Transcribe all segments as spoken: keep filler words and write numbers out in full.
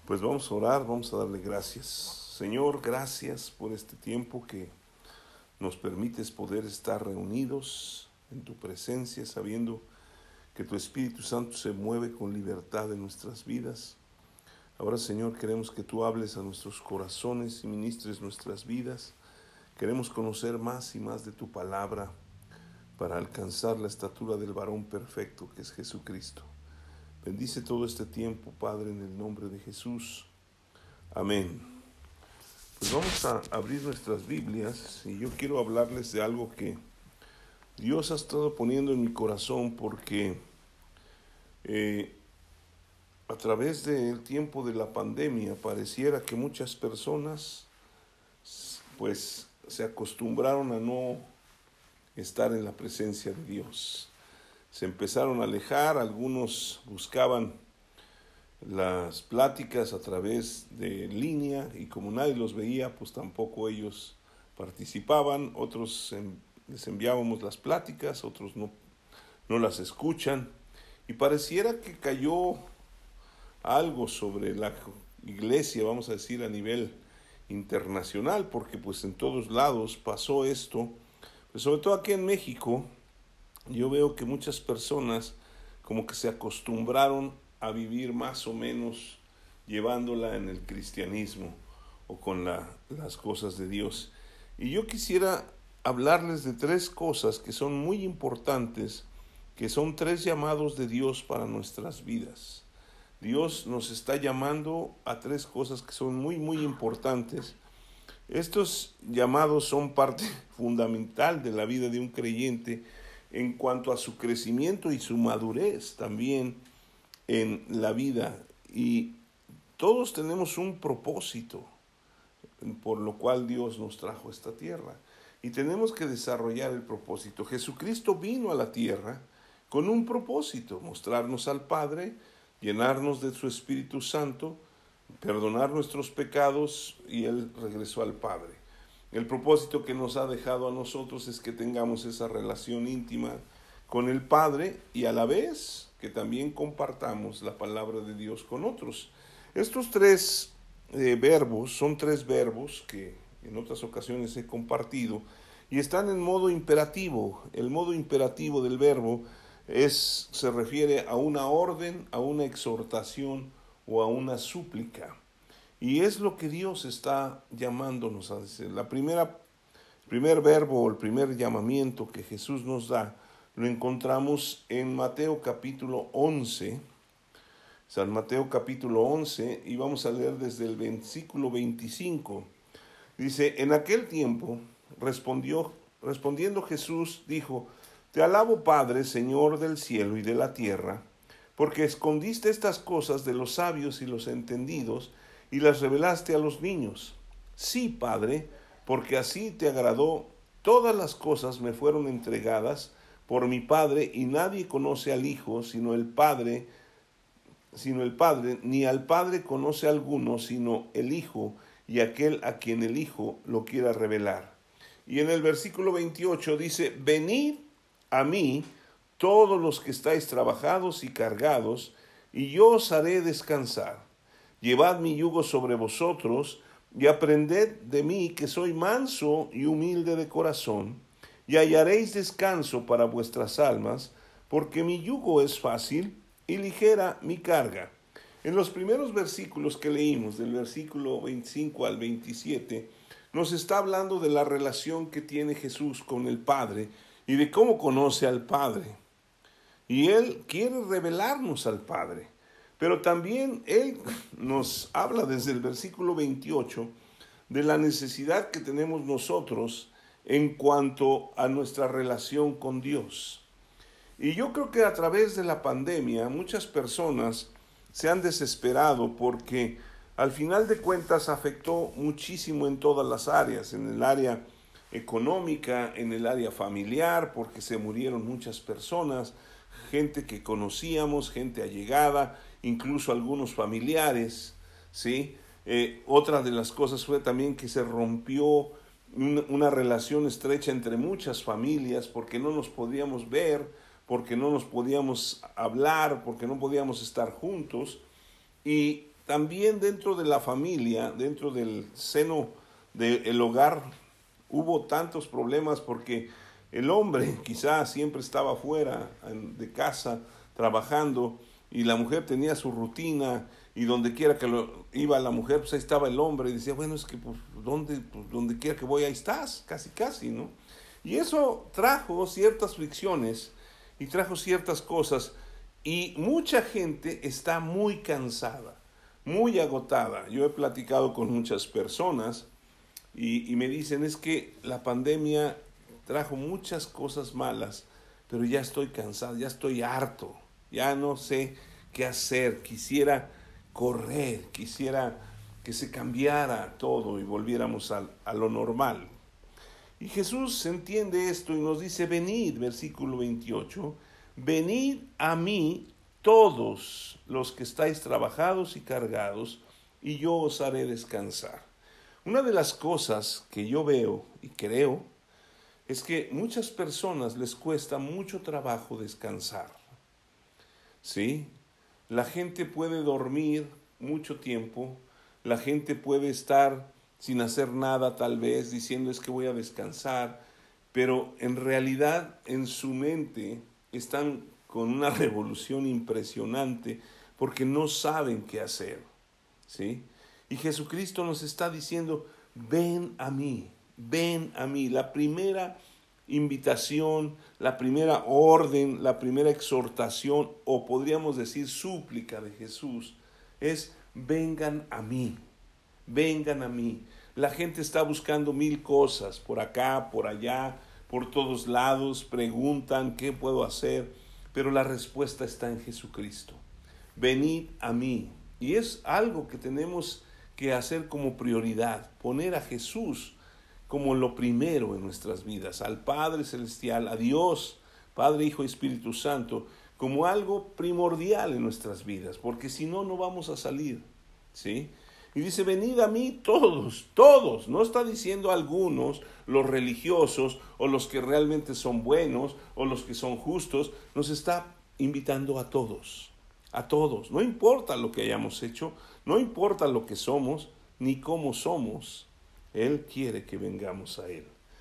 Pues vamos a orar, vamos a darle gracias. Señor, gracias por este tiempo que nos permites poder estar reunidos en tu presencia, sabiendo que tu Espíritu Santo se mueve con libertad en nuestras vidas. Ahora, Señor, queremos que tú hables a nuestros corazones y ministres nuestras vidas. Queremos conocer más y más de tu palabra para alcanzar la estatura del varón perfecto que es Jesucristo. Bendice todo este tiempo, Padre, en el nombre de Jesús. Amén. Pues vamos a abrir nuestras Biblias y yo quiero hablarles de algo que Dios ha estado poniendo en mi corazón porque eh, a través del tiempo de la pandemia pareciera que muchas personas pues se acostumbraron a no estar en la presencia de Dios. Se empezaron a alejar, algunos buscaban las pláticas a través de línea y como nadie los veía, pues tampoco ellos participaban. Otros les enviábamos las pláticas, otros no, no las escuchan. Y pareciera que cayó algo sobre la iglesia, vamos a decir, a nivel internacional, porque pues en todos lados pasó esto, pues sobre todo aquí en México. Yo veo que muchas personas como que se acostumbraron a vivir más o menos llevándola en el cristianismo o con la, las cosas de Dios. Y yo quisiera hablarles de tres cosas que son muy importantes, que son tres llamados de Dios para nuestras vidas. Dios nos está llamando a tres cosas que son muy, muy importantes. Estos llamados son parte fundamental de la vida de un creyente en cuanto a su crecimiento y su madurez también en la vida. Y todos tenemos un propósito por lo cual Dios nos trajo a esta tierra. Y tenemos que desarrollar el propósito. Jesucristo vino a la tierra con un propósito: mostrarnos al Padre, llenarnos de su Espíritu Santo, perdonar nuestros pecados, y Él regresó al Padre. El propósito que nos ha dejado a nosotros es que tengamos esa relación íntima con el Padre y a la vez que también compartamos la palabra de Dios con otros. Estos tres eh, verbos son tres verbos que en otras ocasiones he compartido y están en modo imperativo. El modo imperativo del verbo es, se refiere a una orden, a una exhortación o a una súplica. Y es lo que Dios está llamándonos a decir. La primera, el primer verbo o el primer llamamiento que Jesús nos da lo encontramos en Mateo capítulo once. San Mateo capítulo once, y vamos a leer desde el versículo veinticinco. Dice: en aquel tiempo respondió, respondiendo Jesús dijo: Te alabo, Padre, Señor del cielo y de la tierra, porque escondiste estas cosas de los sabios y los entendidos y las revelaste a los niños. Sí, Padre, porque así te agradó. Todas las cosas me fueron entregadas por mi Padre, y nadie conoce al Hijo sino el Padre, sino el Padre, ni al Padre conoce a alguno sino el Hijo, y aquel a quien el Hijo lo quiera revelar. Y en el versículo veintiocho dice: Venid a mí todos los que estáis trabajados y cargados, y yo os haré descansar. Llevad mi yugo sobre vosotros, y aprended de mí, que soy manso y humilde de corazón, y hallaréis descanso para vuestras almas, porque mi yugo es fácil y ligera mi carga. En los primeros versículos que leímos, del versículo veinticinco al veintisiete, nos está hablando de la relación que tiene Jesús con el Padre y de cómo conoce al Padre. Y Él quiere revelarnos al Padre. Pero también Él nos habla desde el versículo veintiocho de la necesidad que tenemos nosotros en cuanto a nuestra relación con Dios. Y yo creo que a través de la pandemia muchas personas se han desesperado porque al final de cuentas afectó muchísimo en todas las áreas, en el área económica, en el área familiar, porque se murieron muchas personas, gente que conocíamos, gente allegada, incluso algunos familiares, ¿sí? Eh, otra de las cosas fue también que se rompió una, una relación estrecha entre muchas familias porque no nos podíamos ver, porque no nos podíamos hablar, porque no podíamos estar juntos. Y también dentro de la familia, dentro del seno del hogar, hubo tantos problemas porque el hombre quizás siempre estaba fuera de casa trabajando y la mujer tenía su rutina y donde quiera que lo, iba la mujer, pues ahí estaba el hombre y decía, bueno, es que pues, donde, pues, donde quiera que voy, ahí estás, casi casi, ¿no? Y eso trajo ciertas fricciones y trajo ciertas cosas y mucha gente está muy cansada, muy agotada. Yo he platicado con muchas personas y, y me dicen, es que la pandemia trajo muchas cosas malas, pero ya estoy cansado, ya estoy harto, ya no sé qué hacer, quisiera correr, quisiera que se cambiara todo y volviéramos a, a lo normal. Y Jesús entiende esto y nos dice, venid, versículo veintiocho, venid a mí todos los que estáis trabajados y cargados, y yo os haré descansar. Una de las cosas que yo veo y creo es que muchas personas les cuesta mucho trabajo descansar. ¿Sí? La gente puede dormir mucho tiempo, la gente puede estar sin hacer nada tal vez, diciendo es que voy a descansar, pero en realidad en su mente están con una revolución impresionante porque no saben qué hacer, ¿sí? Y Jesucristo nos está diciendo, ven a mí, ven a mí. La primera invitación, la primera orden, la primera exhortación, o podríamos decir súplica de Jesús, es vengan a mí, vengan a mí. La gente está buscando mil cosas, por acá, por allá, por todos lados, preguntan qué puedo hacer, pero la respuesta está en Jesucristo. Venid a mí. Y es algo que tenemos que hacer como prioridad, poner a Jesús como lo primero en nuestras vidas, al Padre Celestial, a Dios, Padre, Hijo y Espíritu Santo, como algo primordial en nuestras vidas, porque si no, no vamos a salir, ¿sí? Y dice, venid a mí todos, todos, no está diciendo algunos, los religiosos, o los que realmente son buenos, o los que son justos, nos está invitando a todos, a todos, no importa lo que hayamos hecho, no importa lo que somos, ni cómo somos, Él quiere que vengamos a Él.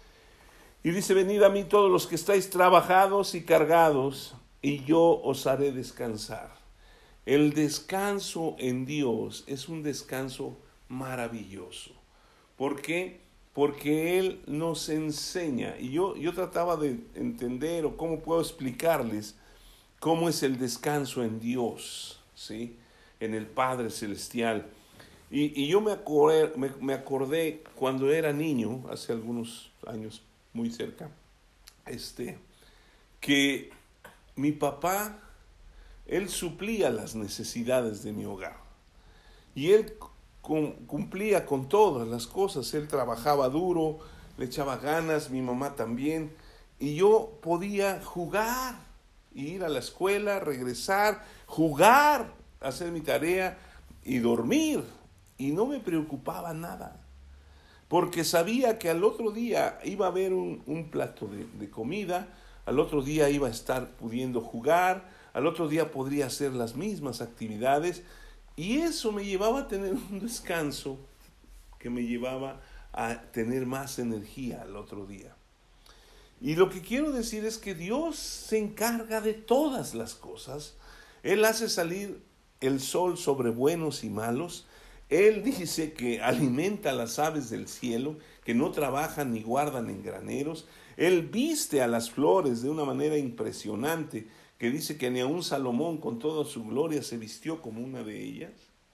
Y dice, venid a mí todos los que estáis trabajados y cargados, y yo os haré descansar. El descanso en Dios es un descanso maravilloso. ¿Por qué? Porque Él nos enseña, y yo, yo trataba de entender o cómo puedo explicarles cómo es el descanso en Dios, ¿sí? En el Padre Celestial. Y, y yo me acordé, me, me acordé cuando era niño, hace algunos años muy cerca, este, que mi papá, él suplía las necesidades de mi hogar. Y él cum, cumplía con todas las cosas. Él trabajaba duro, le echaba ganas, mi mamá también. Y yo podía jugar, ir a la escuela, regresar, jugar, hacer mi tarea y dormir. Y no me preocupaba nada. Porque sabía que al otro día iba a haber un, un plato de, de comida, al otro día iba a estar pudiendo jugar, al otro día podría hacer las mismas actividades, y eso me llevaba a tener un descanso que me llevaba a tener más energía al otro día. Y lo que quiero decir es que Dios se encarga de todas las cosas. Él hace salir el sol sobre buenos y malos. Él dice que alimenta a las aves del cielo, que no trabajan ni guardan en graneros. Él viste a las flores de una manera impresionante, que dice que ni aun Salomón con toda su gloria se vistió como una de ellas.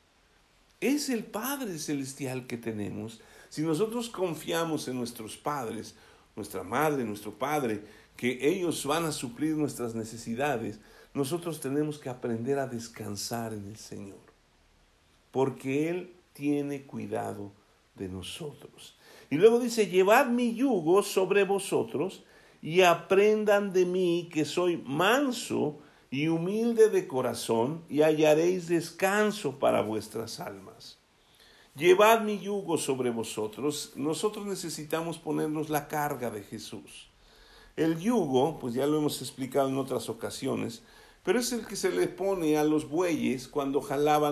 Es el Padre Celestial que tenemos. Si nosotros confiamos en nuestros padres, nuestra madre, nuestro padre, que ellos van a suplir nuestras necesidades, nosotros tenemos que aprender a descansar en el Señor, porque Él tiene cuidado de nosotros. Y luego dice, llevad mi yugo sobre vosotros y aprendan de mí, que soy manso y humilde de corazón, y hallaréis descanso para vuestras almas. Llevad mi yugo sobre vosotros. Nosotros necesitamos ponernos la carga de Jesús. El yugo, pues ya lo hemos explicado en otras ocasiones, pero es el que se le pone a los bueyes cuando jalaban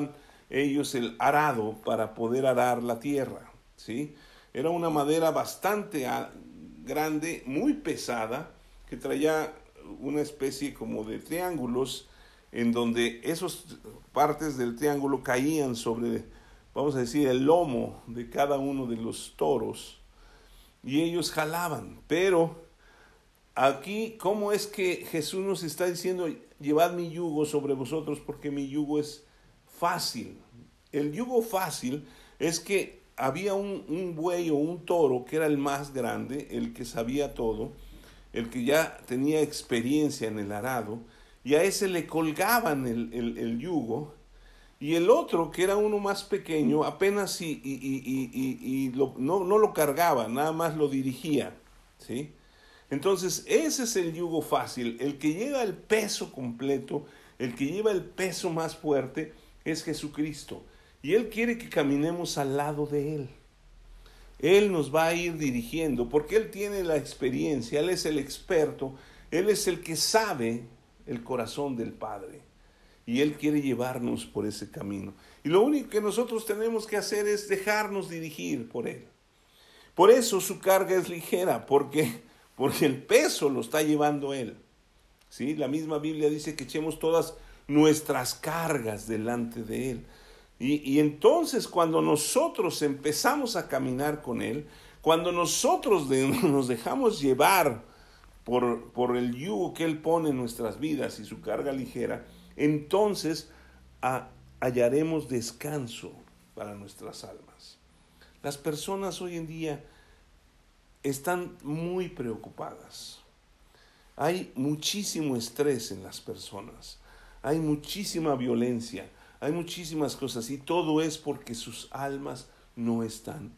ellos el arado para poder arar la tierra, ¿sí? Era una madera bastante grande, muy pesada, que traía una especie como de triángulos en donde esas partes del triángulo caían sobre, vamos a decir, el lomo de cada uno de los toros y ellos jalaban. Pero aquí, ¿cómo es que Jesús nos está diciendo, llevad mi yugo sobre vosotros porque mi yugo es fácil? El yugo fácil es que había un, un buey o un toro que era el más grande, el que sabía todo, el que ya tenía experiencia en el arado, y a ese le colgaban el, el, el yugo, y el otro, que era uno más pequeño, apenas y, y, y, y, y, y lo, no, no lo cargaba, nada más lo dirigía, ¿sí? Entonces, ese es el yugo fácil. El que lleva el peso completo, el que lleva el peso más fuerte, es Jesucristo. Y Él quiere que caminemos al lado de Él. Él nos va a ir dirigiendo, porque Él tiene la experiencia, Él es el experto, Él es el que sabe el corazón del Padre. Y Él quiere llevarnos por ese camino. Y lo único que nosotros tenemos que hacer es dejarnos dirigir por Él. Por eso su carga es ligera, porque, porque el peso lo está llevando Él. ¿Sí? La misma Biblia dice que echemos todas nuestras cargas delante de Él. Y, y entonces cuando nosotros empezamos a caminar con Él, cuando nosotros de, nos dejamos llevar por, por el yugo que Él pone en nuestras vidas y su carga ligera, entonces a, hallaremos descanso para nuestras almas. Las personas hoy en día están muy preocupadas. Hay muchísimo estrés en las personas, hay muchísima violencia, hay muchísimas cosas, y todo es porque sus almas no están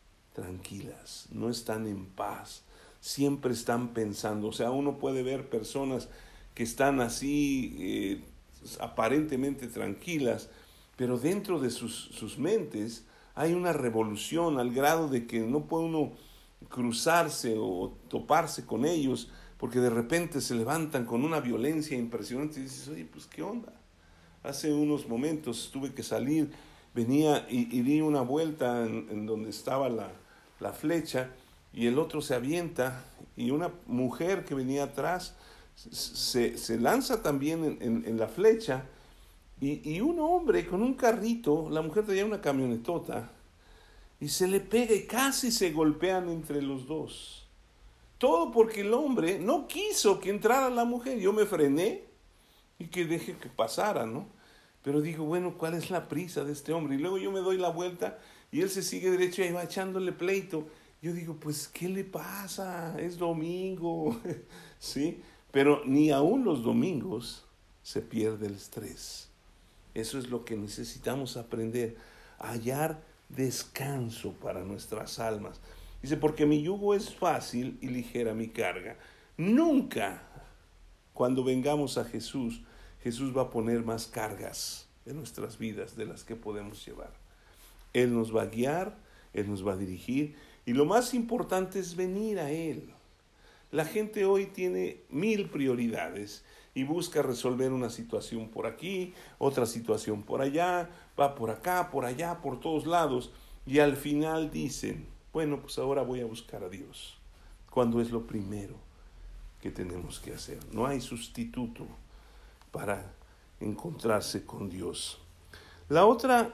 tranquilas, no están en paz, siempre están pensando. O sea, uno puede ver personas que están así eh, aparentemente tranquilas, pero dentro de sus, sus mentes hay una revolución al grado de que no puede uno cruzarse o toparse con ellos, porque de repente se levantan con una violencia impresionante y dices, oye, pues ¿qué onda? Hace unos momentos tuve que salir, venía y, y di una vuelta en, en donde estaba la, la flecha, y el otro se avienta, y una mujer que venía atrás se, se lanza también en, en, en la flecha, y, y un hombre con un carrito, la mujer traía una camionetota, y se le pega y casi se golpean entre los dos. Todo porque el hombre no quiso que entrara la mujer. Yo me frené y que deje que pasara, ¿no? Pero digo, bueno, ¿cuál es la prisa de este hombre? Y luego yo me doy la vuelta y él se sigue derecho y ahí va echándole pleito. Yo digo, pues, ¿qué le pasa? Es domingo, ¿sí? Pero ni aún los domingos se pierde el estrés. Eso es lo que necesitamos aprender, hallar descanso para nuestras almas. Dice, porque mi yugo es fácil y ligera mi carga. Nunca, cuando vengamos a Jesús, Jesús va a poner más cargas en nuestras vidas de las que podemos llevar. Él nos va a guiar, Él nos va a dirigir, y lo más importante es venir a Él. La gente hoy tiene mil prioridades y busca resolver una situación por aquí, otra situación por allá, va por acá, por allá, por todos lados, y al final dicen, bueno, pues ahora voy a buscar a Dios, cuando es lo primero que tenemos que hacer. No hay sustituto para encontrarse con Dios. La otra,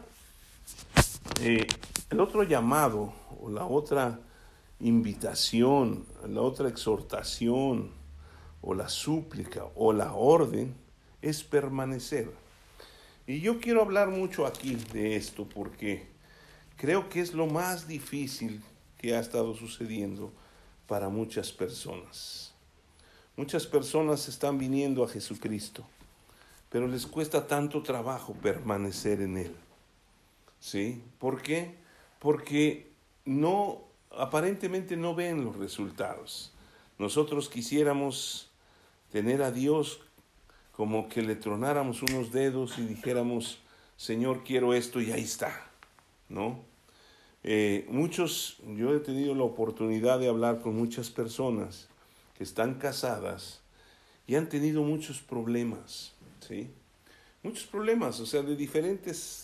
eh, el otro llamado, o la otra invitación, la otra exhortación, o la súplica, o la orden, es permanecer. Y yo quiero hablar mucho aquí de esto, porque creo que es lo más difícil que ha estado sucediendo para muchas personas. Muchas personas están viniendo a Jesucristo, pero les cuesta tanto trabajo permanecer en Él. ¿Sí? ¿Por qué? Porque no, aparentemente no ven los resultados. Nosotros quisiéramos tener a Dios como que le tronáramos unos dedos y dijéramos, Señor, quiero esto, y ahí está, ¿no? Eh, muchos, yo he tenido la oportunidad de hablar con muchas personas que están casadas y han tenido muchos problemas, ¿sí? Muchos problemas, o sea, de diferentes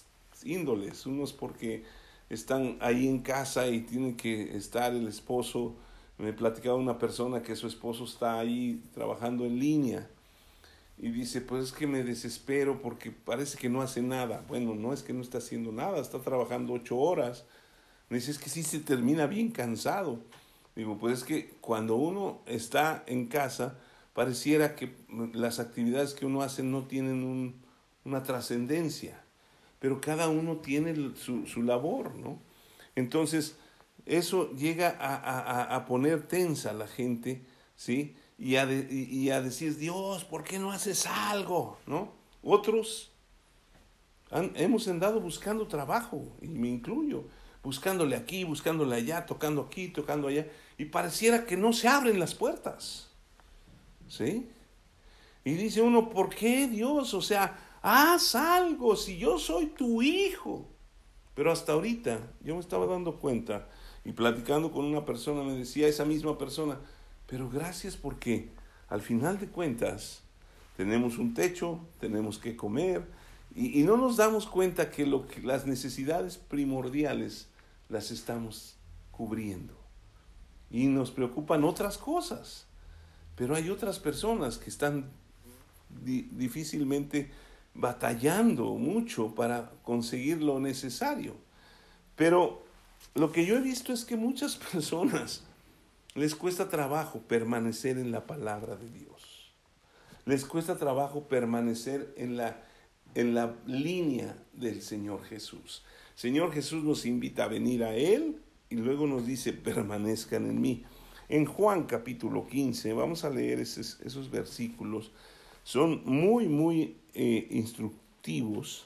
índoles, unos porque están ahí en casa y tiene que estar el esposo. Me platicaba una persona que su esposo está ahí trabajando en línea y dice, pues es que me desespero porque parece que no hace nada. Bueno, no es que no está haciendo nada, está trabajando ocho horas. Me dice, es que sí se termina bien cansado. Digo, pues es que cuando uno está en casa, pareciera que las actividades que uno hace no tienen un, una trascendencia, pero cada uno tiene su, su labor, ¿no? Entonces, eso llega a, a, a poner tensa a la gente, ¿sí? Y a, de, y a decir, Dios, ¿por qué no haces algo? ¿No? Otros han, hemos andado buscando trabajo, y me incluyo, buscándole aquí, buscándole allá, tocando aquí, tocando allá, y pareciera que no se abren las puertas, ¿sí? Y dice uno, ¿por qué, Dios? O sea, haz algo, si yo soy tu hijo. Pero hasta ahorita yo me estaba dando cuenta y platicando con una persona, me decía esa misma persona, pero gracias porque al final de cuentas tenemos un techo, tenemos que comer y, y no nos damos cuenta que, lo que las necesidades primordiales las estamos cubriendo. Y nos preocupan otras cosas, pero hay otras personas que están di- difícilmente batallando mucho para conseguir lo necesario. Pero lo que yo he visto es que muchas personas les cuesta trabajo permanecer en la palabra de Dios. Les cuesta trabajo permanecer en la, en la línea del Señor Jesús. Señor Jesús nos invita a venir a Él y luego nos dice, permanezcan en mí. En Juan capítulo quince, vamos a leer esos, esos versículos. Son muy, muy eh, instructivos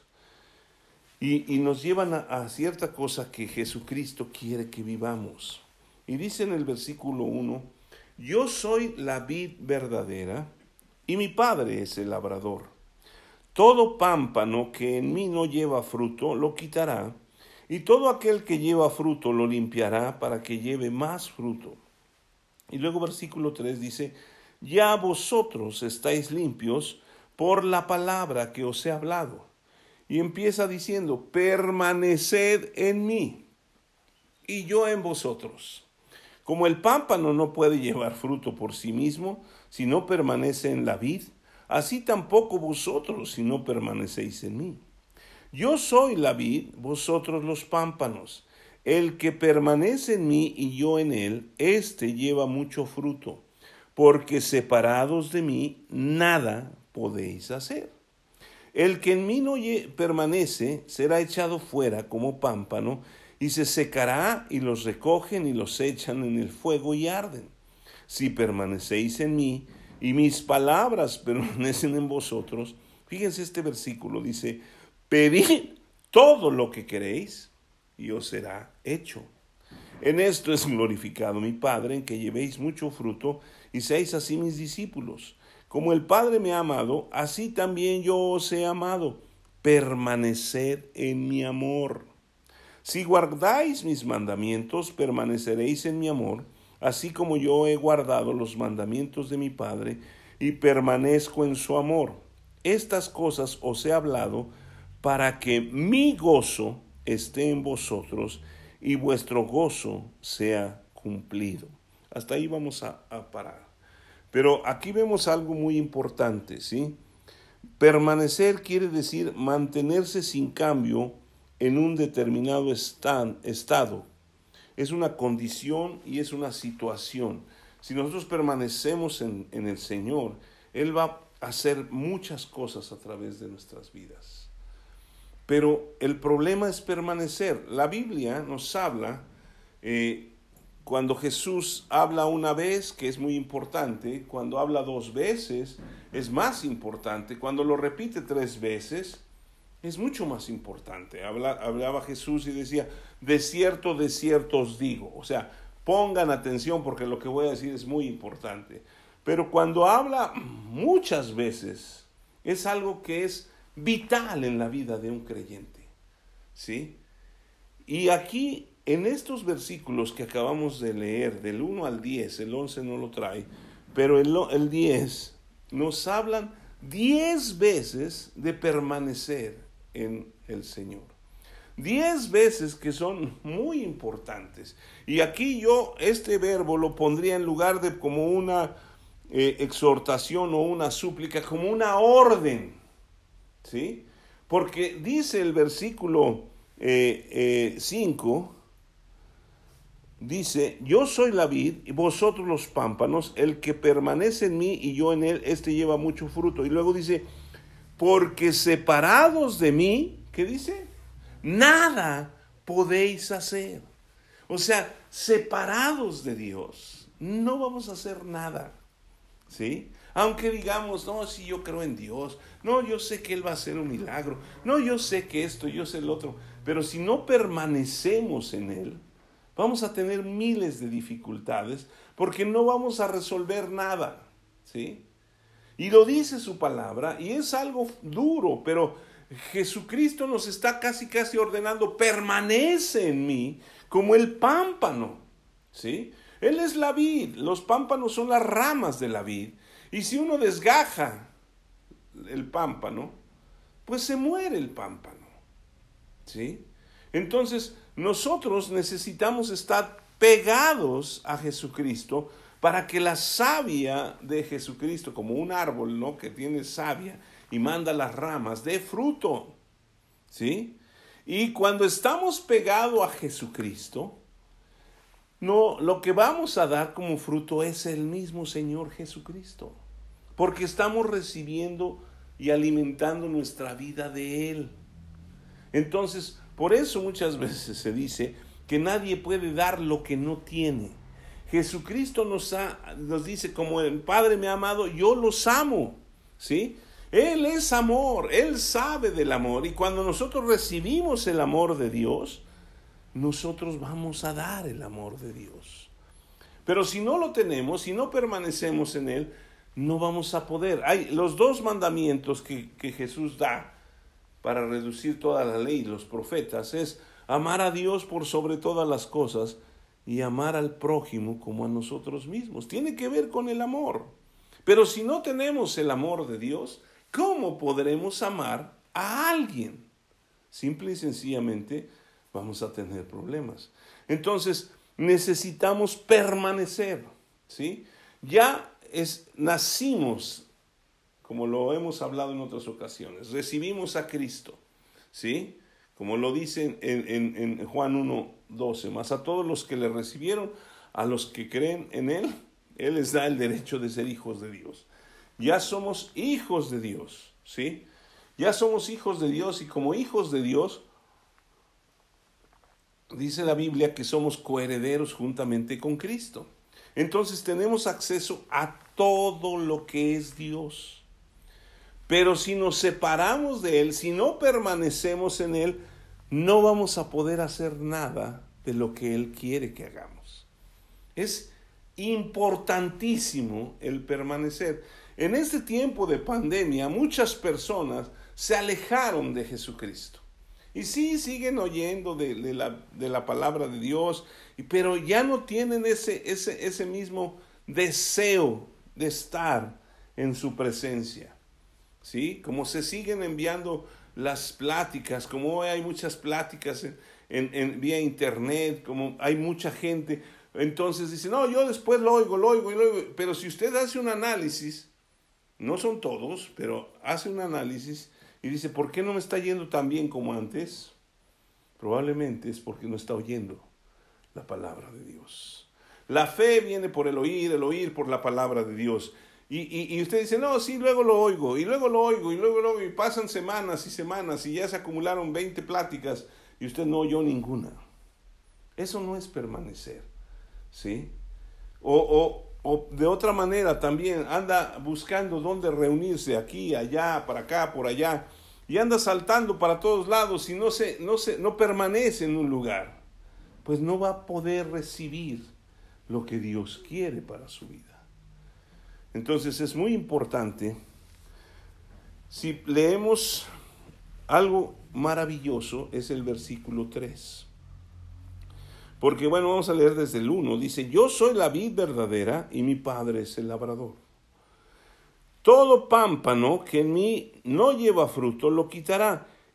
y, y nos llevan a, a cierta cosa que Jesucristo quiere que vivamos. Y dice en el versículo uno, yo soy la vid verdadera y mi Padre es el labrador. Todo pámpano que en mí no lleva fruto lo quitará, y todo aquel que lleva fruto lo limpiará para que lleve más fruto. Y luego versículo tres dice, ya vosotros estáis limpios por la palabra que os he hablado. Y empieza diciendo, permaneced en mí y yo en vosotros. Como el pámpano no puede llevar fruto por sí mismo si no permanece en la vid, así tampoco vosotros si no permanecéis en mí. Yo soy la vid, vosotros los pámpanos. El que permanece en mí y yo en él, éste lleva mucho fruto, porque separados de mí nada podéis hacer. El que en mí no permanece será echado fuera como pámpano y se secará, y los recogen y los echan en el fuego y arden. Si permanecéis en mí y mis palabras permanecen en vosotros, fíjense este versículo, dice, pedid todo lo que queréis y os será hecho. En esto es glorificado mi Padre, en que llevéis mucho fruto y seáis así mis discípulos. Como el Padre me ha amado, así también yo os he amado. Permaneced en mi amor. Si guardáis mis mandamientos, permaneceréis en mi amor, así como yo he guardado los mandamientos de mi Padre y permanezco en su amor. Estas cosas os he hablado para que mi gozo esté en vosotros y vuestro gozo sea cumplido. Hasta ahí vamos a, a parar. Pero aquí vemos algo muy importante, ¿sí? Permanecer quiere decir mantenerse sin cambio en un determinado estan, estado. Es una condición y es una situación. Si nosotros permanecemos en, en el Señor, Él va a hacer muchas cosas a través de nuestras vidas. Pero el problema es permanecer. La Biblia nos habla, eh, cuando Jesús habla una vez, que es muy importante, cuando habla dos veces, es más importante, cuando lo repite tres veces, es mucho más importante. Habla, hablaba Jesús y decía, de cierto, de cierto os digo. O sea, pongan atención porque lo que voy a decir es muy importante. Pero cuando habla muchas veces, es algo que es vital en la vida de un creyente, ¿sí? Y aquí, en estos versículos que acabamos de leer, del uno al diez, el once no lo trae, pero el, el diez, nos hablan diez veces de permanecer en el Señor. Diez veces que son muy importantes. Y aquí yo este verbo lo pondría en lugar de como una eh, exhortación o una súplica, como una orden, ¿sí? Porque dice el versículo cinco, eh, eh, dice, yo soy la vid y vosotros los pámpanos, el que permanece en mí y yo en él, este lleva mucho fruto. Y luego dice, porque separados de mí, ¿qué dice? Nada podéis hacer. O sea, separados de Dios, no vamos a hacer nada, ¿sí? Aunque digamos, no, sí, yo creo en Dios, no, yo sé que Él va a hacer un milagro, no, yo sé que esto, yo sé el otro, pero si no permanecemos en Él, vamos a tener miles de dificultades, porque no vamos a resolver nada, ¿sí? Y lo dice su palabra, y es algo duro, pero Jesucristo nos está casi casi ordenando, permanece en mí como el pámpano, ¿sí? Él es la vid, los pámpanos son las ramas de la vid, y si uno desgaja el pámpano, pues se muere el pámpano, ¿sí? Entonces, nosotros necesitamos estar pegados a Jesucristo para que la savia de Jesucristo, como un árbol, ¿no?, que tiene savia y manda las ramas, dé fruto, ¿sí? Y cuando estamos pegados a Jesucristo, no, lo que vamos a dar como fruto es el mismo Señor Jesucristo, porque estamos recibiendo y alimentando nuestra vida de Él. Entonces, por eso muchas veces se dice que nadie puede dar lo que no tiene. Jesucristo nos, ha, nos dice, como el Padre me ha amado, yo los amo, ¿sí? Él es amor, Él sabe del amor, y cuando nosotros recibimos el amor de Dios, nosotros vamos a dar el amor de Dios. Pero si no lo tenemos, si no permanecemos en Él, no vamos a poder. Hay los dos mandamientos que, que Jesús da para reducir toda la ley y los profetas, es amar a Dios por sobre todas las cosas y amar al prójimo como a nosotros mismos. Tiene que ver con el amor. Pero si no tenemos el amor de Dios, ¿cómo podremos amar a alguien? Simple y sencillamente vamos a tener problemas. Entonces, necesitamos permanecer, ¿sí? Ya es, nacimos, como lo hemos hablado en otras ocasiones, recibimos a Cristo, ¿sí? Como lo dice en, en, en Juan uno doce, más a todos los que le recibieron, a los que creen en Él, Él les da el derecho de ser hijos de Dios. Ya somos hijos de Dios, ¿sí? Ya somos hijos de Dios, y como hijos de Dios, dice la Biblia que somos coherederos juntamente con Cristo. Entonces tenemos acceso a todo lo que es Dios. Pero si nos separamos de Él, si no permanecemos en Él, no vamos a poder hacer nada de lo que Él quiere que hagamos. Es importantísimo el permanecer. En este tiempo de pandemia, muchas personas se alejaron de Jesucristo. Y sí, siguen oyendo de, de, la, de la palabra de Dios, pero ya no tienen ese, ese, ese mismo deseo de estar en su presencia, ¿sí? Como se siguen enviando las pláticas, como hoy hay muchas pláticas en, en, en, vía internet, como hay mucha gente, entonces dicen, no, yo después lo oigo, lo oigo, lo oigo. Pero si usted hace un análisis, no son todos, pero hace un análisis, y dice, ¿por qué no me está yendo tan bien como antes? Probablemente es porque no está oyendo la palabra de Dios. La fe viene por el oír, el oír por la palabra de Dios. Y, y, y usted dice, no, sí, luego lo oigo, y luego lo oigo, y luego lo oigo, y pasan semanas y semanas, y ya se acumularon veinte pláticas, y usted no oyó ninguna. Eso no es permanecer, ¿sí? O, o, o de otra manera también anda buscando dónde reunirse, aquí, allá, para acá, por allá, y anda saltando para todos lados y no, se, no, se, no permanece en un lugar, pues no va a poder recibir lo que Dios quiere para su vida. Entonces es muy importante, si leemos algo maravilloso, es el versículo tres. Porque bueno, vamos a leer desde el uno. Dice, yo soy la vid verdadera y mi Padre es el labrador. Todo pámpano que en mí no lleva fruto lo quitará,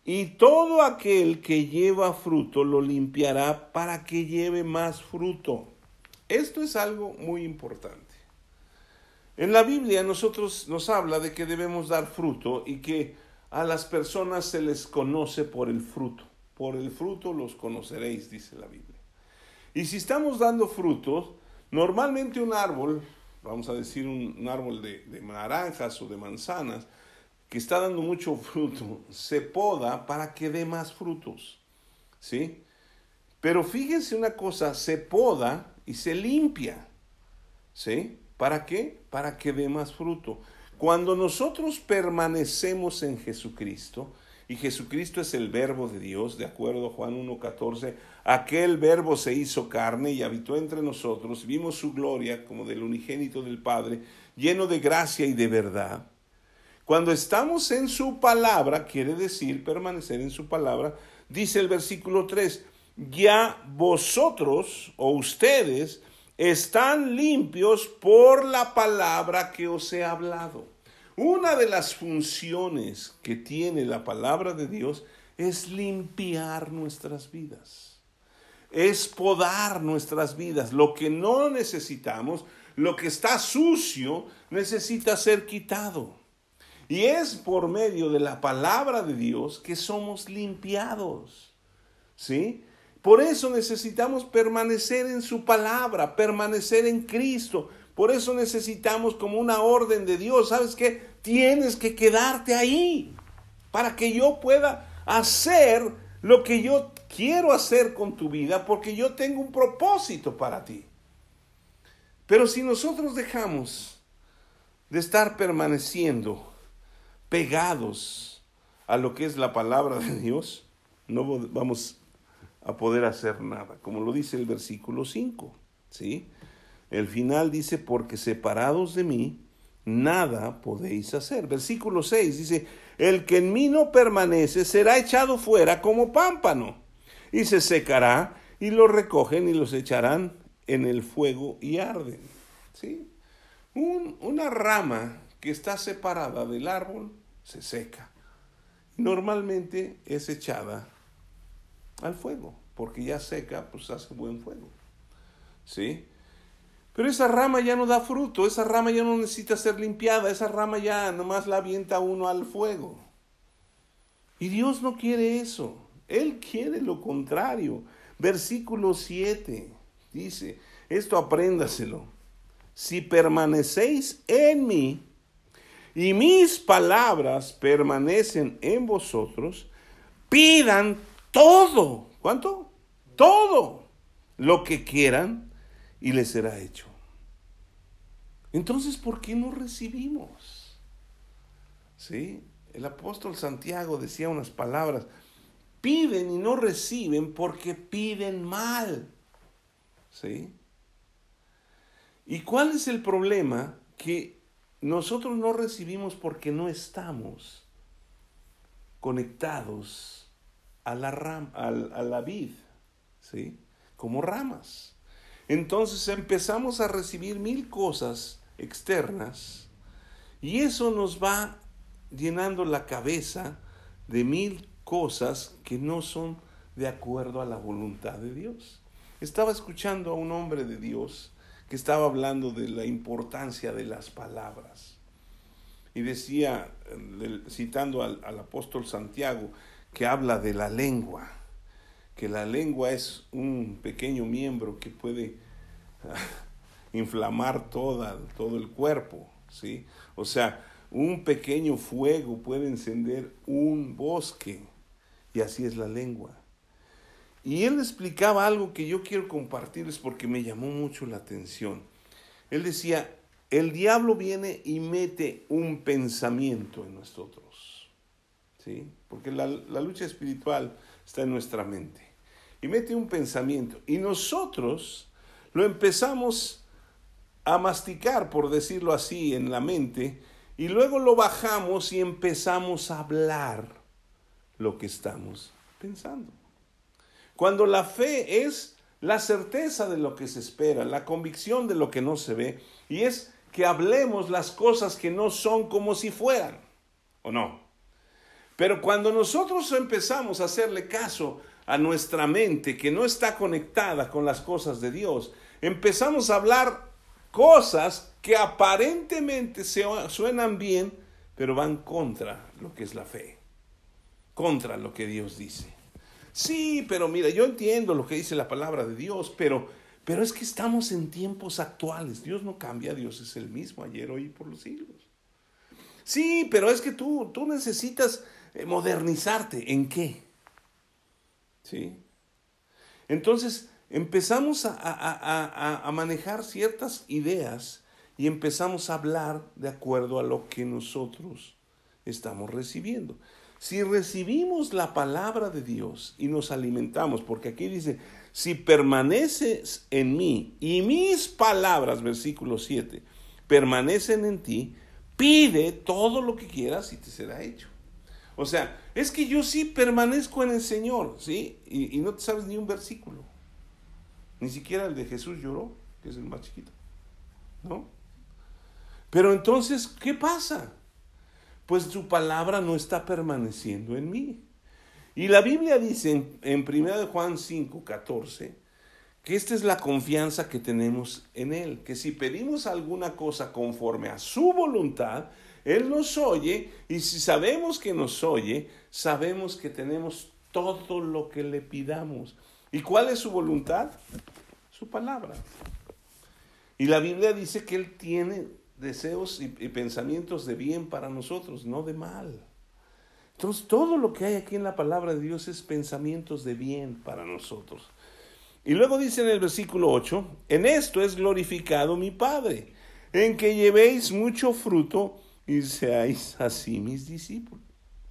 y todo aquel que lleva fruto lo limpiará para que lleve más fruto. Esto es algo muy importante. En la Biblia nosotros nos habla de que debemos dar fruto y que a las personas se les conoce por el fruto. Por el fruto los conoceréis, dice la Biblia. Y si estamos dando frutos, normalmente un árbol, vamos a decir un, un árbol de, de naranjas o de manzanas, que está dando mucho fruto, se poda para que dé más frutos, ¿sí? Pero fíjense una cosa, se poda y se limpia, ¿sí? ¿Para qué? Para que dé más fruto. Cuando nosotros permanecemos en Jesucristo, y Jesucristo es el verbo de Dios, de acuerdo a Juan uno catorce, aquel verbo se hizo carne y habitó entre nosotros, vimos su gloria como del unigénito del Padre, lleno de gracia y de verdad. Cuando estamos en su palabra, quiere decir permanecer en su palabra, dice el versículo tres, ya vosotros o ustedes están limpios por la palabra que os he hablado. Una de las funciones que tiene la palabra de Dios es limpiar nuestras vidas, es podar nuestras vidas. Lo que no necesitamos, lo que está sucio, necesita ser quitado. Y es por medio de la palabra de Dios que somos limpiados, ¿sí? Por eso necesitamos permanecer en su palabra, permanecer en Cristo. Por eso necesitamos como una orden de Dios. ¿Sabes qué? Tienes que quedarte ahí para que yo pueda hacer lo que yo quiero hacer con tu vida, porque yo tengo un propósito para ti. Pero si nosotros dejamos de estar permaneciendo pegados a lo que es la palabra de Dios, no vamos a poder hacer nada, como lo dice el versículo cinco, ¿sí? El final dice, porque separados de mí, nada podéis hacer. Versículo seis dice, el que en mí no permanece será echado fuera como pámpano, y se secará, y los recogen y los echarán en el fuego y arden, ¿sí? Un, una rama que está separada del árbol se seca. Normalmente es echada al fuego, porque ya seca, pues hace buen fuego, ¿sí? Pero esa rama ya no da fruto, esa rama ya no necesita ser limpiada, esa rama ya nomás la avienta uno al fuego. Y Dios no quiere eso, Él quiere lo contrario. Versículo siete dice, esto apréndaselo, si permanecéis en mí y mis palabras permanecen en vosotros, pidan todo, ¿cuánto? Todo lo que quieran y les será hecho. Entonces, ¿por qué no recibimos? ¿Sí? El apóstol Santiago decía unas palabras, piden y no reciben porque piden mal. ¿Sí? ¿Y cuál es el problema? Que nosotros no recibimos porque no estamos conectados a la, ram, a, a la vid, ¿sí? Como ramas. Entonces empezamos a recibir mil cosas externas y eso nos va llenando la cabeza de mil cosas que no son de acuerdo a la voluntad de Dios. Estaba escuchando a un hombre de Dios que estaba hablando de la importancia de las palabras y decía, citando al, al apóstol Santiago, que habla de la lengua, que la lengua es un pequeño miembro que puede uh, inflamar toda, todo el cuerpo, ¿sí? O sea, un pequeño fuego puede encender un bosque, y así es la lengua. Y él explicaba algo que yo quiero compartirles porque me llamó mucho la atención. Él decía, el diablo viene y mete un pensamiento en nosotros, ¿sí? Porque la, la lucha espiritual está en nuestra mente. Y mete un pensamiento. Y nosotros lo empezamos a masticar, por decirlo así, en la mente. Y luego lo bajamos y empezamos a hablar lo que estamos pensando. Cuando la fe es la certeza de lo que se espera, la convicción de lo que no se ve, y es que hablemos las cosas que no son como si fueran, ¿o no? Pero cuando nosotros empezamos a hacerle caso a nuestra mente que no está conectada con las cosas de Dios, empezamos a hablar cosas que aparentemente se suenan bien, pero van contra lo que es la fe, contra lo que Dios dice. Sí, pero mira, yo entiendo lo que dice la palabra de Dios, pero, pero es que estamos en tiempos actuales. Dios no cambia, Dios es el mismo ayer, hoy y por los siglos. Sí, pero es que tú, tú necesitas modernizarte. ¿En qué? ¿Sí? Entonces empezamos a, a, a, a manejar ciertas ideas y empezamos a hablar de acuerdo a lo que nosotros estamos recibiendo. Si recibimos la palabra de Dios y nos alimentamos, porque aquí dice, si permaneces en mí y mis palabras, versículo siete, permanecen en ti, pide todo lo que quieras y te será hecho. O sea, es que yo sí permanezco en el Señor, ¿sí? Y, y no te sabes ni un versículo. Ni siquiera el de Jesús lloró, que es el más chiquito, ¿no? Pero entonces, ¿qué pasa? Pues su palabra no está permaneciendo en mí. Y la Biblia dice en, en primera de Juan cinco, catorce, que esta es la confianza que tenemos en Él, que si pedimos alguna cosa conforme a su voluntad, Él nos oye, y si sabemos que nos oye, sabemos que tenemos todo lo que le pidamos. ¿Y cuál es su voluntad? Su palabra. Y la Biblia dice que Él tiene deseos y, y pensamientos de bien para nosotros, no de mal. Entonces, todo lo que hay aquí en la palabra de Dios es pensamientos de bien para nosotros. Y luego dice en el versículo ocho, en esto es glorificado mi Padre, en que llevéis mucho fruto y seáis así mis discípulos.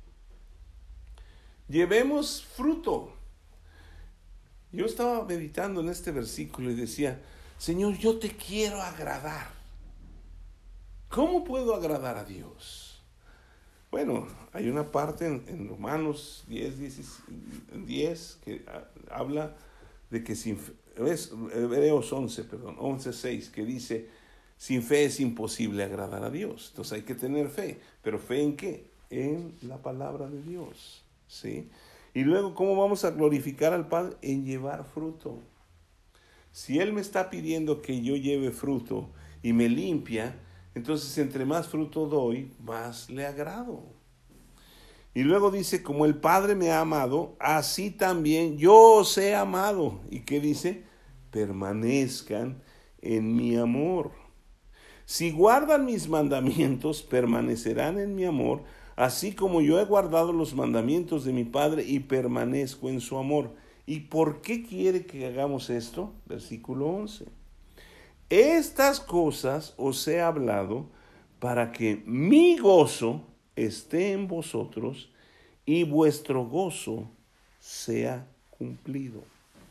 Llevemos fruto. Yo estaba meditando en este versículo y decía, Señor, yo te quiero agradar. ¿Cómo puedo agradar a Dios? Bueno, hay una parte en, en Romanos diez, diez que a, habla de que sin fe, es Hebreos once, perdón, once, seis, que dice, sin fe es imposible agradar a Dios. Entonces hay que tener fe. ¿Pero fe en qué? En la palabra de Dios, ¿sí? Y luego, ¿cómo vamos a glorificar al Padre? En llevar fruto. Si Él me está pidiendo que yo lleve fruto y me limpia, entonces entre más fruto doy, más le agrado. Y luego dice, como el Padre me ha amado, así también yo os he amado. ¿Y qué dice? Permanezcan en mi amor. Si guardan mis mandamientos, permanecerán en mi amor, así como yo he guardado los mandamientos de mi Padre y permanezco en su amor. ¿Y por qué quiere que hagamos esto? Versículo once. Estas cosas os he hablado para que mi gozo esté en vosotros y vuestro gozo sea cumplido.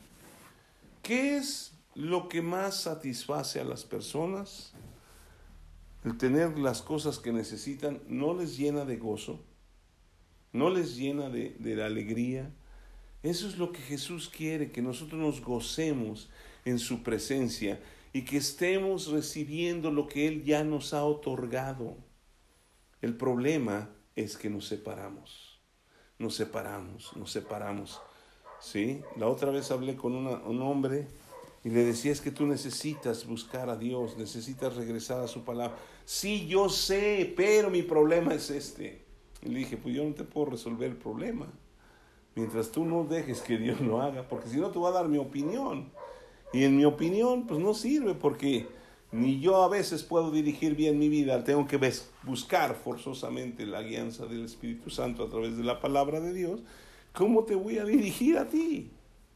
¿Qué es lo que más satisface a las personas? El tener las cosas que necesitan no les llena de gozo, no les llena de, de la alegría. Eso es lo que Jesús quiere, que nosotros nos gocemos en su presencia y que estemos recibiendo lo que Él ya nos ha otorgado. El problema es que nos separamos, nos separamos, nos separamos. ¿Sí? La otra vez hablé con una, un hombre y le decía, es que tú necesitas buscar a Dios, necesitas regresar a su palabra. Sí, yo sé, pero mi problema es este. Y le dije, pues yo no te puedo resolver el problema mientras tú no dejes que Dios lo haga, porque si no te voy a dar mi opinión. Y en mi opinión, pues no sirve, porque ni yo a veces puedo dirigir bien mi vida. Tengo que buscar forzosamente la guianza del Espíritu Santo a través de la palabra de Dios. ¿Cómo te voy a dirigir a ti?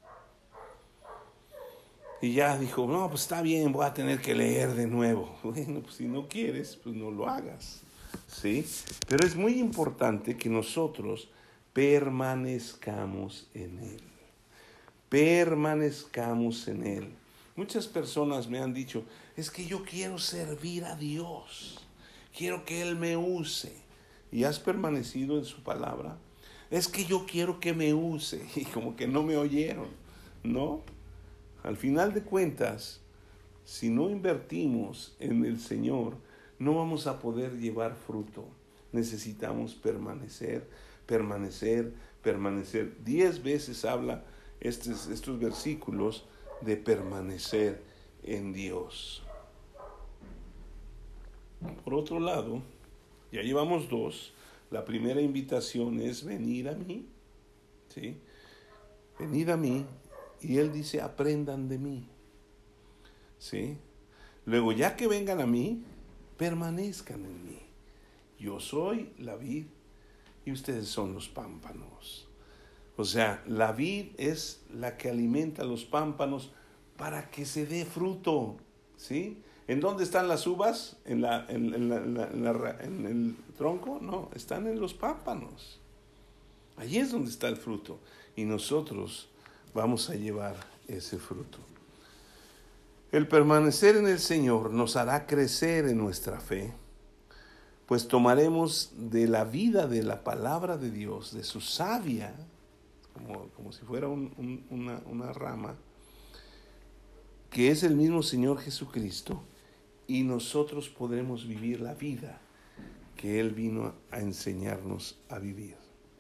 Y ya dijo, no, pues está bien, voy a tener que leer de nuevo. Bueno, pues si no quieres, pues no lo hagas, ¿sí? Pero es muy importante que nosotros permanezcamos en Él. Permanezcamos en Él. Muchas personas me han dicho, es que yo quiero servir a Dios. Quiero que Él me use. ¿Y has permanecido en su palabra? Es que yo quiero que me use. Y como que no me oyeron, ¿no? Al final de cuentas, si no invertimos en el Señor, no vamos a poder llevar fruto. Necesitamos permanecer, permanecer, permanecer. Diez veces habla estos, estos versículos de permanecer en Dios. Por otro lado, ya llevamos dos. La primera invitación es venir a mí, ¿sí? Venid a mí, y Él dice, aprendan de mí, ¿sí? Luego, ya que vengan a mí, permanezcan en mí. Yo soy la vid y ustedes son los pámpanos. O sea, la vid es la que alimenta los pámpanos para que se dé fruto, ¿sí? ¿En dónde están las uvas? ¿En, la, en, en, la, en, la, en, la, en el tronco? No, están en los pámpanos. Allí es donde está el fruto. Y nosotros vamos a llevar ese fruto. El permanecer en el Señor nos hará crecer en nuestra fe, pues tomaremos de la vida de la palabra de Dios, de su savia, como, como si fuera un, un, una, una rama, que es el mismo Señor Jesucristo, y nosotros podremos vivir la vida que Él vino a enseñarnos a vivir.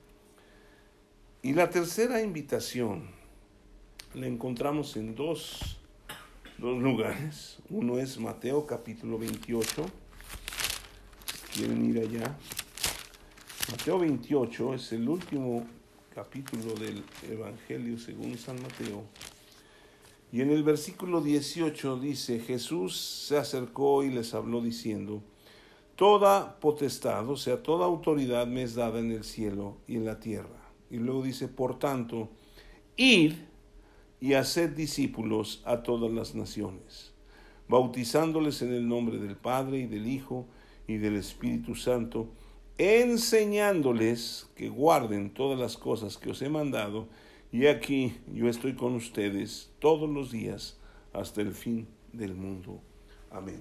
Y la tercera invitación la encontramos en dos, dos lugares. Uno es Mateo capítulo veintiocho. Si quieren ir allá. Mateo veintiocho es el último capítulo del Evangelio según San Mateo. Y en el versículo dieciocho dice, Jesús se acercó y les habló diciendo, toda potestad, o sea, toda autoridad me es dada en el cielo y en la tierra. Y luego dice, por tanto, id y haced discípulos a todas las naciones, bautizándoles en el nombre del Padre y del Hijo y del Espíritu Santo, enseñándoles que guarden todas las cosas que os he mandado, y aquí yo estoy con ustedes todos los días hasta el fin del mundo. Amén.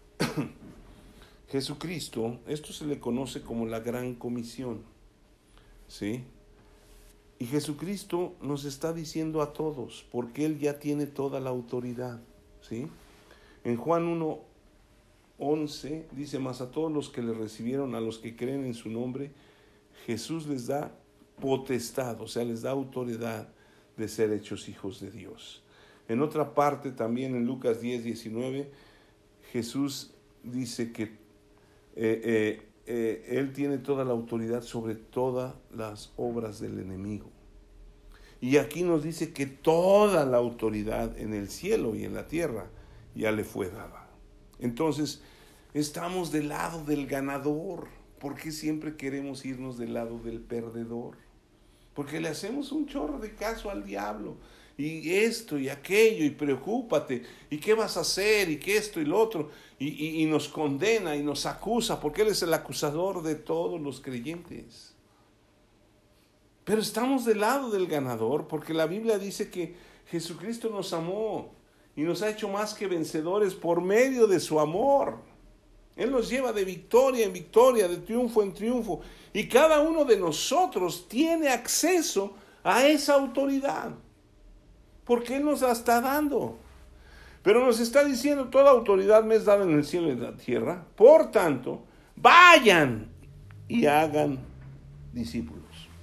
Jesucristo, esto se le conoce como la Gran Comisión, ¿sí? Y Jesucristo nos está diciendo a todos, porque Él ya tiene toda la autoridad, ¿sí? En Juan uno once dice, mas a todos los que le recibieron, a los que creen en su nombre, Jesús les da potestad, o sea, les da autoridad de ser hechos hijos de Dios. En otra parte también en Lucas diez, diecinueve, Jesús dice que eh, eh, eh, Él tiene toda la autoridad sobre todas las obras del enemigo. Y aquí nos dice que toda la autoridad en el cielo y en la tierra ya le fue dada. Entonces, estamos del lado del ganador. ¿Por qué siempre queremos irnos del lado del perdedor? Porque le hacemos un chorro de caso al diablo. Y esto y aquello, y preocúpate, y qué vas a hacer, y qué esto y lo otro. Y, y, y nos condena y nos acusa, porque Él es el acusador de todos los creyentes. Pero estamos del lado del ganador, porque la Biblia dice que Jesucristo nos amó y nos ha hecho más que vencedores por medio de su amor. Él nos lleva de victoria en victoria, de triunfo en triunfo. Y cada uno de nosotros tiene acceso a esa autoridad, porque Él nos la está dando. Pero nos está diciendo, toda autoridad me es dada en el cielo y en la tierra. Por tanto, vayan y hagan discípulos.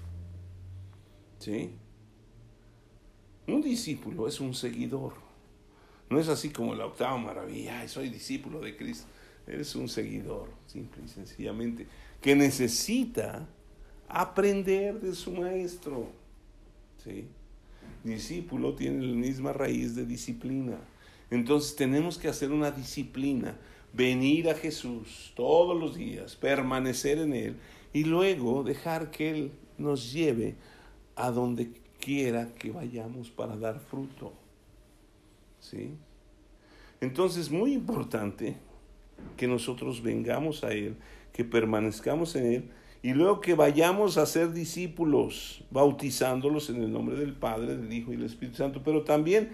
¿Sí? Un discípulo es un seguidor. No es así como la octava maravilla, ay, soy discípulo de Cristo. Eres un seguidor, simple y sencillamente, que necesita aprender de su maestro. ¿Sí? Discípulo tiene la misma raíz de disciplina. Entonces tenemos que hacer una disciplina, venir a Jesús todos los días, permanecer en Él y luego dejar que Él nos lleve a donde quiera que vayamos para dar fruto. ¿Sí? Entonces, muy importante que nosotros vengamos a Él, que permanezcamos en Él, y luego que vayamos a ser discípulos, bautizándolos en el nombre del Padre, del Hijo y del Espíritu Santo, pero también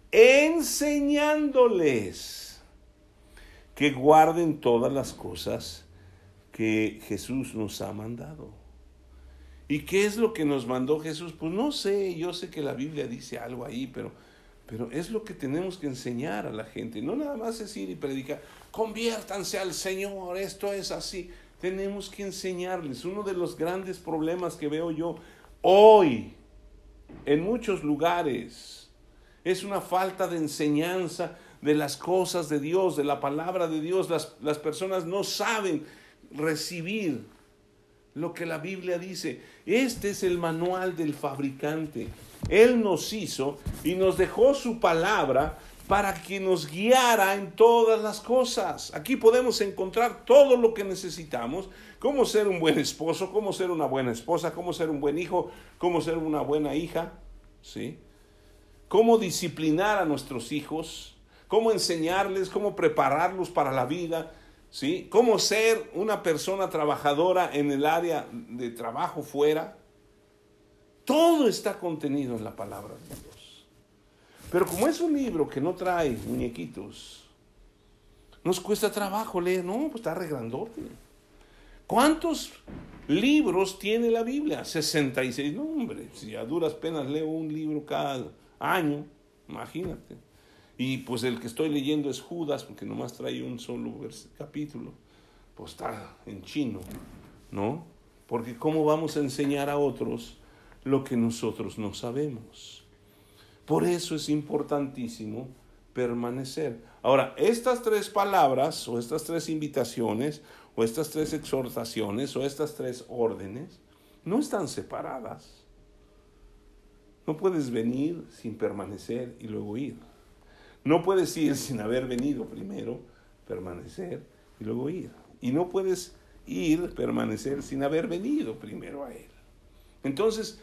enseñándoles que guarden todas las cosas que Jesús nos ha mandado. ¿Y qué es lo que nos mandó Jesús? Pues no sé, yo sé que la Biblia dice algo ahí, pero, pero es lo que tenemos que enseñar a la gente. No nada más es ir y predicar, conviértanse al Señor, esto es así. tenemos que enseñarles. Uno de los grandes problemas que veo yo hoy en muchos lugares es una falta de enseñanza de las cosas de Dios, de la palabra de Dios. Las, las personas no saben recibir lo que la Biblia dice. Este es el manual del fabricante. Él nos hizo y nos dejó su palabra para que nos guiara en todas las cosas. Aquí podemos encontrar todo lo que necesitamos: cómo ser un buen esposo, cómo ser una buena esposa, cómo ser un buen hijo, cómo ser una buena hija, ¿sí? Cómo disciplinar a nuestros hijos, cómo enseñarles, cómo prepararlos para la vida, ¿sí? Cómo ser una persona trabajadora en el área de trabajo fuera. Todo está contenido en la palabra de Dios. Pero como es un libro que no trae muñequitos, nos cuesta trabajo leer. No, pues está re grandote. ¿Cuántos libros tiene la Biblia? sesenta y seis. No, hombre, si a duras penas leo un libro cada año, imagínate. Y pues el que estoy leyendo es Judas, porque nomás trae un solo capítulo. Pues está en chino, ¿no? Porque ¿cómo vamos a enseñar a otros lo que nosotros no sabemos? Por eso es importantísimo permanecer. Ahora, estas tres palabras, o estas tres invitaciones, o estas tres exhortaciones, o estas tres órdenes, no están separadas. No puedes venir sin permanecer y luego ir. No puedes ir sin haber venido primero, permanecer y luego ir. Y no puedes ir, permanecer sin haber venido primero a Él. Entonces,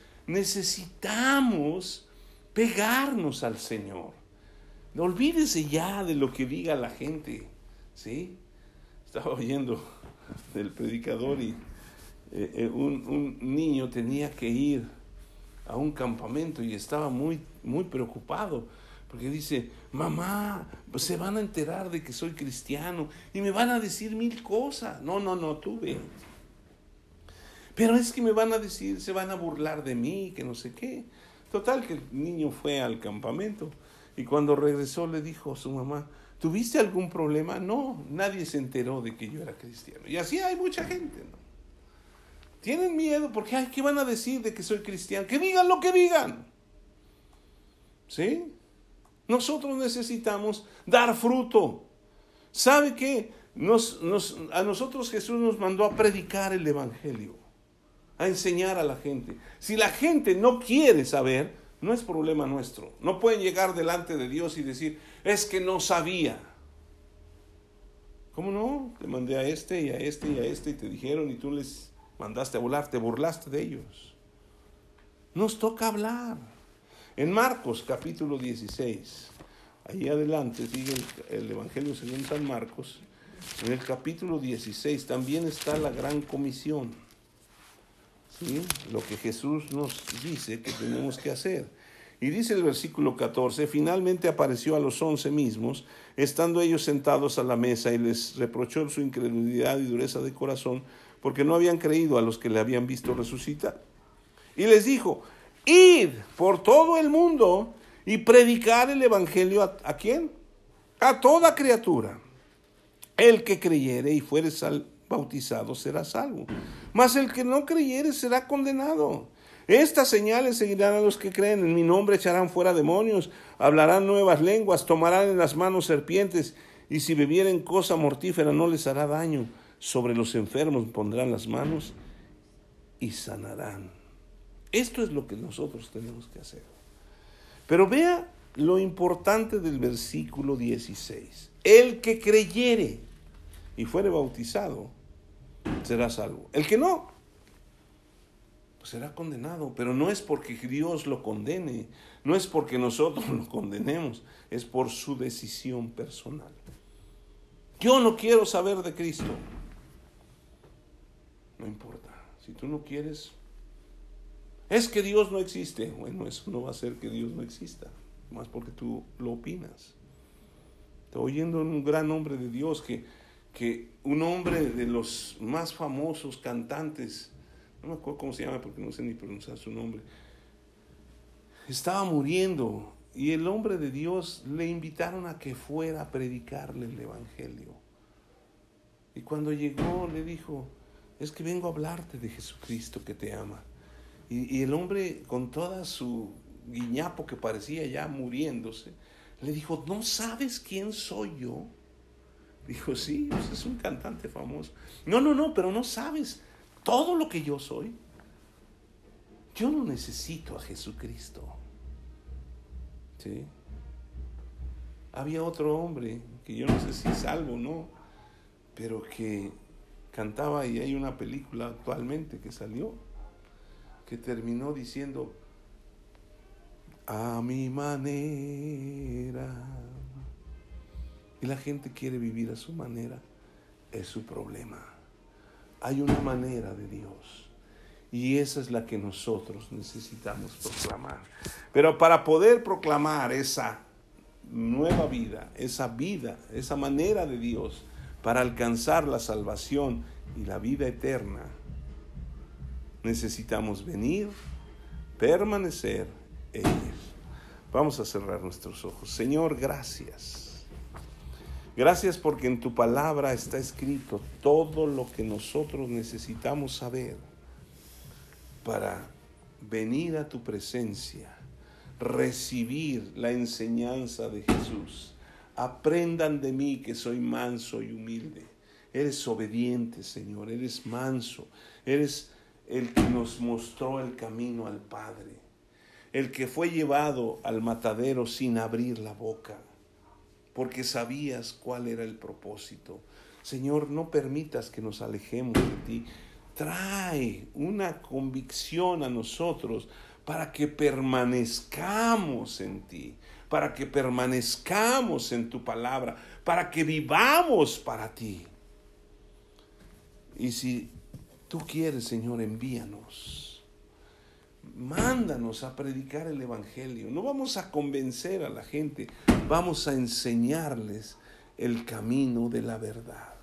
necesitamos pegarnos al Señor. No olvídese ya de lo que diga la gente, ¿sí? Estaba oyendo del predicador y eh, un, un niño tenía que ir a un campamento y estaba muy, muy preocupado porque dice: mamá, pues se van a enterar de que soy cristiano y me van a decir mil cosas. No, no, no, tú ve. Pero es que me van a decir, se van a burlar de mí, que no sé qué. Total, que el niño fue al campamento y cuando regresó le dijo a su mamá: ¿tuviste algún problema? No, nadie se enteró de que yo era cristiano. Y así hay mucha gente, ¿no? Tienen miedo porque, ay, ¿qué van a decir de que soy cristiano? Que digan lo que digan, ¿sí? Nosotros necesitamos dar fruto. ¿Sabe qué? Nos, nos, a nosotros Jesús nos mandó a predicar el evangelio, a enseñar a la gente. Si la gente no quiere saber, no es problema nuestro. No pueden llegar delante de Dios y decir: es que no sabía. ¿Cómo no? Te mandé a este y a este y a este y te dijeron y tú les mandaste a volar, te burlaste de ellos. Nos toca hablar. En Marcos capítulo dieciséis, ahí adelante sigue el, el Evangelio según San Marcos. En el capítulo dieciséis también está la gran comisión. ¿Sí? Lo que Jesús nos dice que tenemos que hacer. Y dice el versículo catorce: finalmente apareció a los once mismos, estando ellos sentados a la mesa, y les reprochó su incredulidad y dureza de corazón, porque no habían creído a los que le habían visto resucitar. Y les dijo: id por todo el mundo y predicar el evangelio a, ¿a quién? A toda criatura. El que creyere y fuere sal, bautizado será salvo, mas el que no creyere será condenado. Estas señales seguirán a los que creen: en mi nombre echarán fuera demonios, hablarán nuevas lenguas, tomarán en las manos serpientes, y si bebieren cosa mortífera no les hará daño. Sobre los enfermos pondrán las manos y sanarán. Esto es lo que nosotros tenemos que hacer. Pero vea lo importante del versículo dieciséis. El que creyere y fuere bautizado será salvo. El que no, pues será condenado. Pero no es porque Dios lo condene, no es porque nosotros lo condenemos, es por su decisión personal. Yo no quiero saber de Cristo. No importa. Si tú no quieres, es que Dios no existe. Bueno, eso no va a hacer que Dios no exista, más porque tú lo opinas. Estoy oyendo un gran hombre de Dios, que, que un hombre de los más famosos cantantes, no me acuerdo cómo se llama porque no sé ni pronunciar su nombre, estaba muriendo y el hombre de Dios le invitaron a que fuera a predicarle el evangelio. Y cuando llegó le dijo: es que vengo a hablarte de Jesucristo que te ama. Y, y el hombre, con toda su guiñapo que parecía ya muriéndose, le dijo, ¿no sabes quién soy yo? Dijo, sí, pues es un cantante famoso. No, no, no, pero no sabes todo lo que yo soy. Yo no necesito a Jesucristo. ¿Sí? Había otro hombre, que yo no sé si es salvo o no, pero que cantaba, y hay una película actualmente que salió, que terminó diciendo, a mi manera. Y la gente quiere vivir a su manera, es su problema. Hay una manera de Dios, y esa es la que nosotros necesitamos proclamar. Pero para poder proclamar esa nueva vida, esa vida, esa manera de Dios, para alcanzar la salvación y la vida eterna, necesitamos venir, permanecer en Él. Vamos a cerrar nuestros ojos. Señor, gracias. Gracias porque en tu palabra está escrito todo lo que nosotros necesitamos saber para venir a tu presencia, recibir la enseñanza de Jesús. Aprendan de mí que soy manso y humilde. Eres obediente, Señor, eres manso, eres el que nos mostró el camino al Padre, el que fue llevado al matadero sin abrir la boca, porque sabías cuál era el propósito. Señor, no permitas que nos alejemos de ti. Trae una convicción a nosotros para que permanezcamos en ti, para que permanezcamos en tu palabra, para que vivamos para ti. Y si tú quieres, Señor, envíanos. Mándanos a predicar el Evangelio. No vamos a convencer a la gente, vamos a enseñarles el camino de la verdad.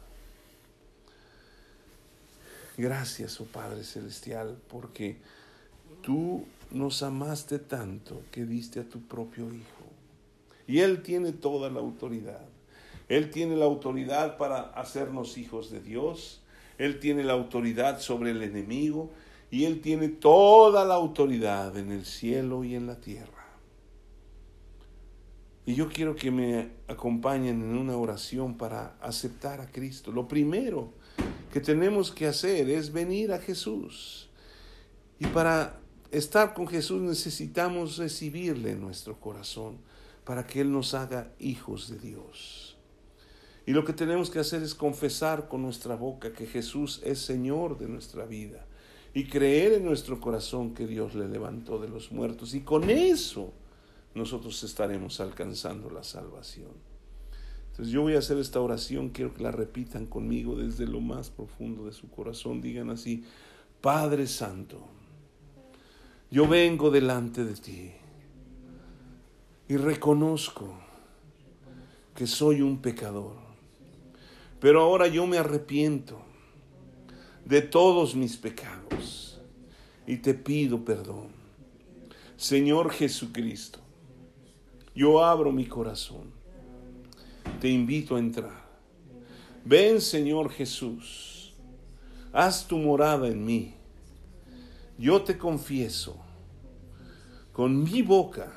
Gracias, oh Padre Celestial, porque tú nos amaste tanto que diste a tu propio Hijo. Y Él tiene toda la autoridad. Él tiene la autoridad para hacernos hijos de Dios. Él tiene la autoridad sobre el enemigo. Y Él tiene toda la autoridad en el cielo y en la tierra. Y yo quiero que me acompañen en una oración para aceptar a Cristo. Lo primero que tenemos que hacer es venir a Jesús. Y para estar con Jesús necesitamos recibirle en nuestro corazón para que Él nos haga hijos de Dios. Y lo que tenemos que hacer es confesar con nuestra boca que Jesús es Señor de nuestra vida y creer en nuestro corazón que Dios le levantó de los muertos, y con eso nosotros estaremos alcanzando la salvación. Entonces yo voy a hacer esta oración, quiero que la repitan conmigo desde lo más profundo de su corazón. Digan así: Padre Santo, yo vengo delante de ti y reconozco que soy un pecador, pero ahora yo me arrepiento de todos mis pecados y te pido perdón. Señor Jesucristo, yo abro mi corazón, te invito a entrar. Ven, Señor Jesús, haz tu morada en mí. Yo te confieso con mi boca: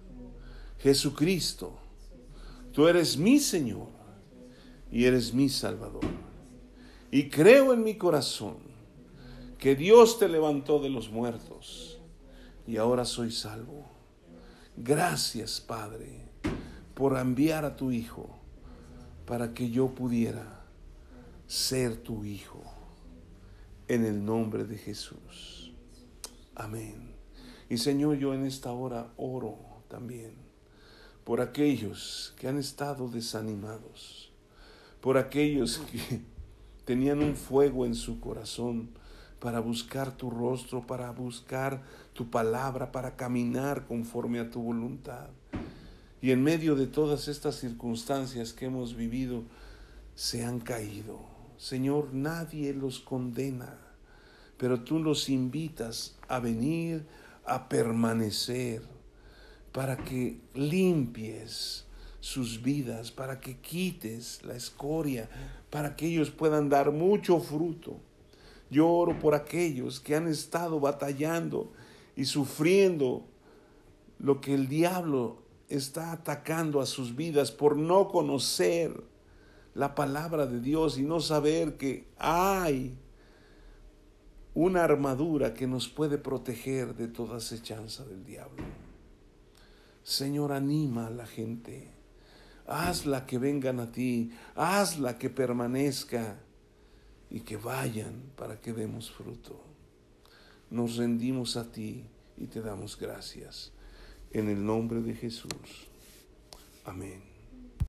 Jesucristo, tú eres mi Señor y eres mi Salvador. Y creo en mi corazón que Dios te levantó de los muertos y ahora soy salvo. Gracias, Padre, por enviar a tu Hijo para que yo pudiera ser tu hijo. En el nombre de Jesús. Amén. Y Señor, yo en esta hora oro también por aquellos que han estado desanimados, por aquellos que tenían un fuego en su corazón para buscar tu rostro, para buscar tu palabra, para caminar conforme a tu voluntad. Y en medio de todas estas circunstancias que hemos vivido, se han caído. Señor, nadie los condena, pero tú los invitas a venir, a permanecer, para que limpies sus vidas, para que quites la escoria, para que ellos puedan dar mucho fruto. Yo oro por aquellos que han estado batallando y sufriendo lo que el diablo está atacando a sus vidas por no conocer la palabra de Dios y no saber que hay una armadura que nos puede proteger de toda acechanza del diablo. Señor, anima a la gente, hazla que vengan a ti, hazla que permanezca y que vayan para que demos fruto. Nos rendimos a ti y te damos gracias. En el nombre de Jesús. Amén.